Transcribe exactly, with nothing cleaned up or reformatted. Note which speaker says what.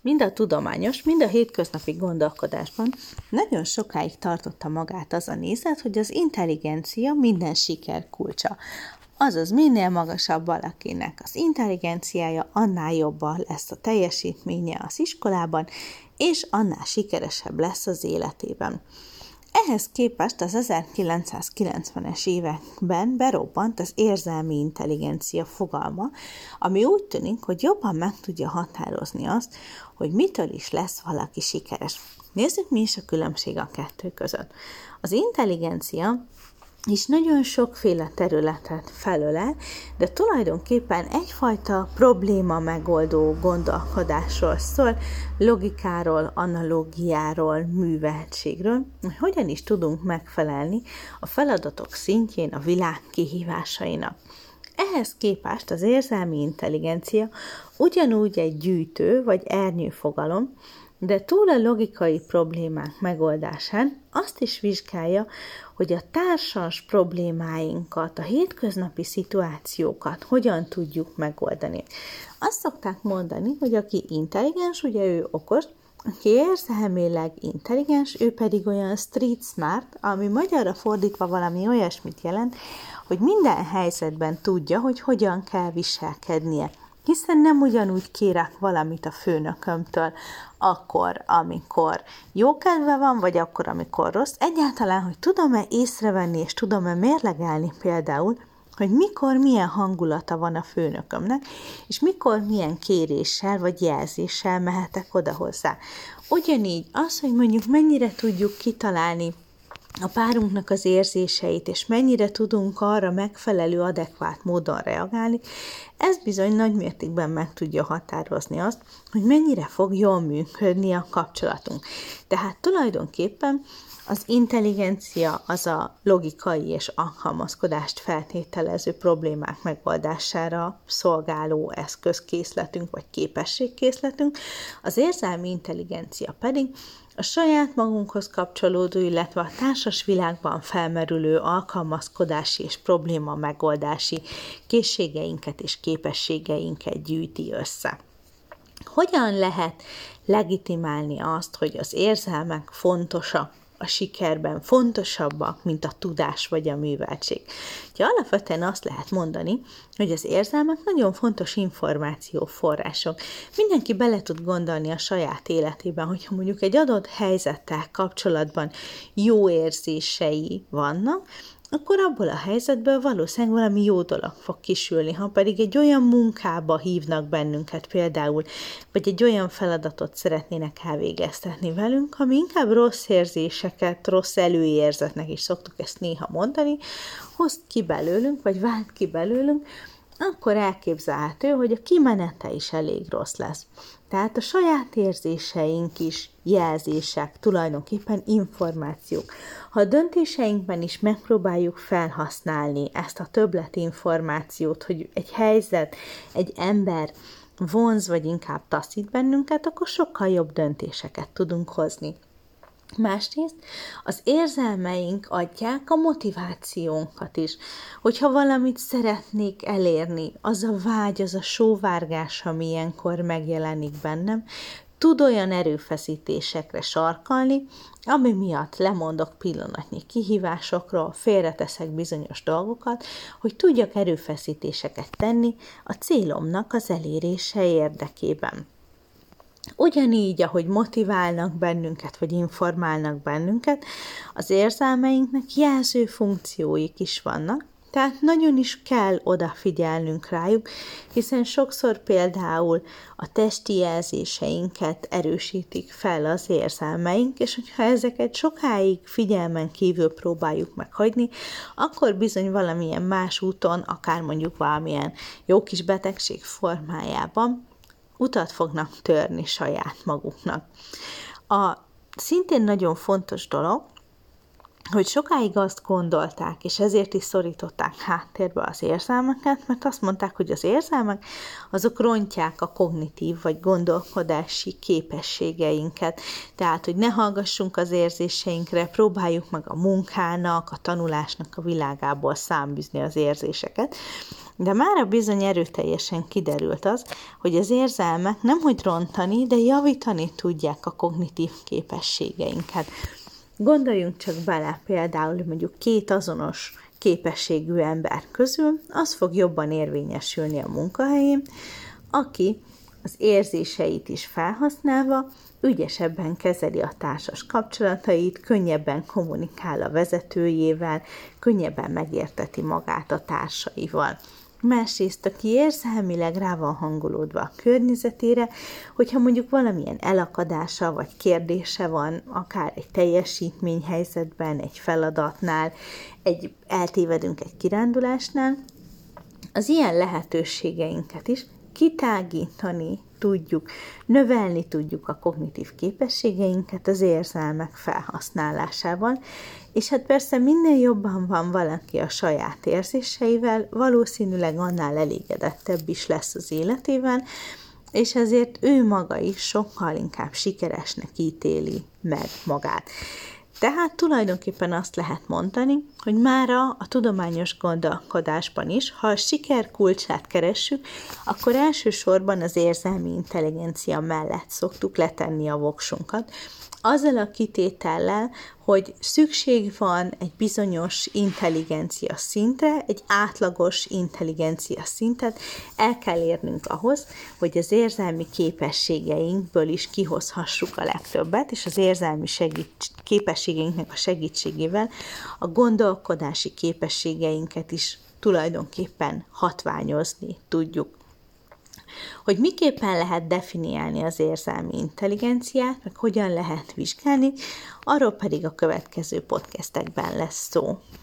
Speaker 1: mind a tudományos, mind a hétköznapi gondolkodásban nagyon sokáig tartotta magát az a nézet, hogy az intelligencia minden siker kulcsa. Azaz, minél magasabb valakinek az intelligenciája, annál jobban lesz a teljesítménye az iskolában, és annál sikeresebb lesz az életében. Ehhez képest az ezerkilencszázkilencvenes években berobbant az érzelmi intelligencia fogalma, ami úgy tűnik, hogy jobban meg tudja határozni azt, hogy mitől is lesz valaki sikeres. Nézzük, mi is a különbség a kettő között. Az intelligencia is nagyon sokféle területet felölel, de tulajdonképpen egyfajta probléma megoldó gondolkodásról szól, logikáról, analógiáról, műveltségről, hogy hogyan is tudunk megfelelni a feladatok szintjén a világ kihívásainak. Ehhez képest az érzelmi intelligencia ugyanúgy egy gyűjtő vagy ernyő fogalom, de túl a logikai problémák megoldásán azt is vizsgálja, hogy a társas problémáinkat, a hétköznapi szituációkat hogyan tudjuk megoldani. Azt szokták mondani, hogy aki intelligens, ugye ő okos, aki érzelmileg intelligens, ő pedig olyan street smart, ami magyarra fordítva valami olyasmit jelent, hogy minden helyzetben tudja, hogy hogyan kell viselkednie. Hiszen nem ugyanúgy kérek valamit a főnökömtől, akkor, amikor jó kedve van, vagy akkor, amikor rossz. Egyáltalán, hogy tudom-e észrevenni, és tudom-e mérlegelni például, hogy mikor milyen hangulata van a főnökömnek, és mikor milyen kéréssel, vagy jelzéssel mehetek oda hozzá. Ugyanígy az, hogy mondjuk mennyire tudjuk kitalálni a párunknak az érzéseit, és mennyire tudunk arra megfelelő, adekvát módon reagálni, ez bizony nagy mértékben meg tudja határozni azt, hogy mennyire fog jól működni a kapcsolatunk. Tehát tulajdonképpen az intelligencia az a logikai és alkalmazkodást feltételező problémák megoldására szolgáló eszközkészletünk, vagy képességkészletünk, az érzelmi intelligencia pedig a saját magunkhoz kapcsolódó, illetve a társas világban felmerülő alkalmazkodási és probléma megoldási készségeinket és képességeinket gyűjti össze. Hogyan lehet legitimálni azt, hogy az érzelmek fontosak a sikerben, fontosabbak, mint a tudás vagy a műveltség? Ugye alapvetően azt lehet mondani, hogy az érzelmek nagyon fontos információforrások. Mindenki bele tud gondolni a saját életében, hogyha mondjuk egy adott helyzettel kapcsolatban jó érzései vannak, akkor abból a helyzetből valószínűleg valami jó dolog fog kisülni. Ha pedig egy olyan munkába hívnak bennünket például, vagy egy olyan feladatot szeretnének elvégeztetni velünk, ami inkább rossz érzéseket, rossz előérzetnek is szoktuk ezt néha mondani, hoz ki belőlünk, vagy vált ki belőlünk, akkor elképzelhető, hogy a kimenete is elég rossz lesz. Tehát a saját érzéseink is jelzések, tulajdonképpen információk. Ha a döntéseinkben is megpróbáljuk felhasználni ezt a többlet információt, hogy egy helyzet, egy ember vonz, vagy inkább taszít bennünket, akkor sokkal jobb döntéseket tudunk hozni. Másrészt az érzelmeink adják a motivációnkat is. Hogyha valamit szeretnék elérni, az a vágy, az a sóvárgás, ami ilyenkor megjelenik bennem, tud olyan erőfeszítésekre sarkalni, ami miatt lemondok pillanatnyi kihívásokról, félreteszek bizonyos dolgokat, hogy tudjak erőfeszítéseket tenni a célomnak az elérése érdekében. Ugyanígy, ahogy motiválnak bennünket, vagy informálnak bennünket, az érzelmeinknek jelző funkcióik is vannak, tehát nagyon is kell odafigyelnünk rájuk, hiszen sokszor például a testi jelzéseinket erősítik fel az érzelmeink, és hogyha ezeket sokáig figyelmen kívül próbáljuk meghagyni, akkor bizony valamilyen más úton, akár mondjuk valamilyen jó kis betegség formájában utat fognak törni saját maguknak. A szintén nagyon fontos dolog, hogy sokáig azt gondolták, és ezért is szorították háttérbe az érzelmeket, mert azt mondták, hogy az érzelmek azok rontják a kognitív vagy gondolkodási képességeinket. Tehát, hogy ne hallgassunk az érzéseinkre, próbáljuk meg a munkának, a tanulásnak a világából száműzni az érzéseket. De mára bizony erőteljesen kiderült az, hogy az érzelmek nemhogy rontani, de javítani tudják a kognitív képességeinket. Gondoljunk csak bele, például mondjuk két azonos képességű ember közül, az fog jobban érvényesülni a munkahelyén, aki az érzéseit is felhasználva ügyesebben kezeli a társas kapcsolatait, könnyebben kommunikál a vezetőjével, könnyebben megérteti magát a társaival. Másrészt, aki érzelmileg rá van hangolódva a környezetére, hogyha mondjuk valamilyen elakadása vagy kérdése van, akár egy teljesítményhelyzetben, egy feladatnál, egy eltévedünk egy kirándulásnál, az ilyen lehetőségeinket is kitágítani tudjuk, növelni tudjuk a kognitív képességeinket az érzelmek felhasználásával, és hát persze minél jobban van valaki a saját érzéseivel, valószínűleg annál elégedettebb is lesz az életével, és ezért ő maga is sokkal inkább sikeresnek ítéli meg magát. Tehát tulajdonképpen azt lehet mondani, hogy mára a tudományos gondolkodásban is, ha a siker kulcsát keressük, akkor elsősorban az érzelmi intelligencia mellett szoktuk letenni a voksunkat, azzal a kitétellel, hogy szükség van egy bizonyos intelligencia szintre, egy átlagos intelligencia szintet el kell érnünk ahhoz, hogy az érzelmi képességeinkből is kihozhassuk a legtöbbet, és az érzelmi segít- képességeinknek a segítségével a gondolkodási képességeinket is tulajdonképpen hatványozni tudjuk. Hogy miképpen lehet definiálni az érzelmi intelligenciát, meg hogyan lehet vizsgálni, arról pedig a következő podcastekben lesz szó.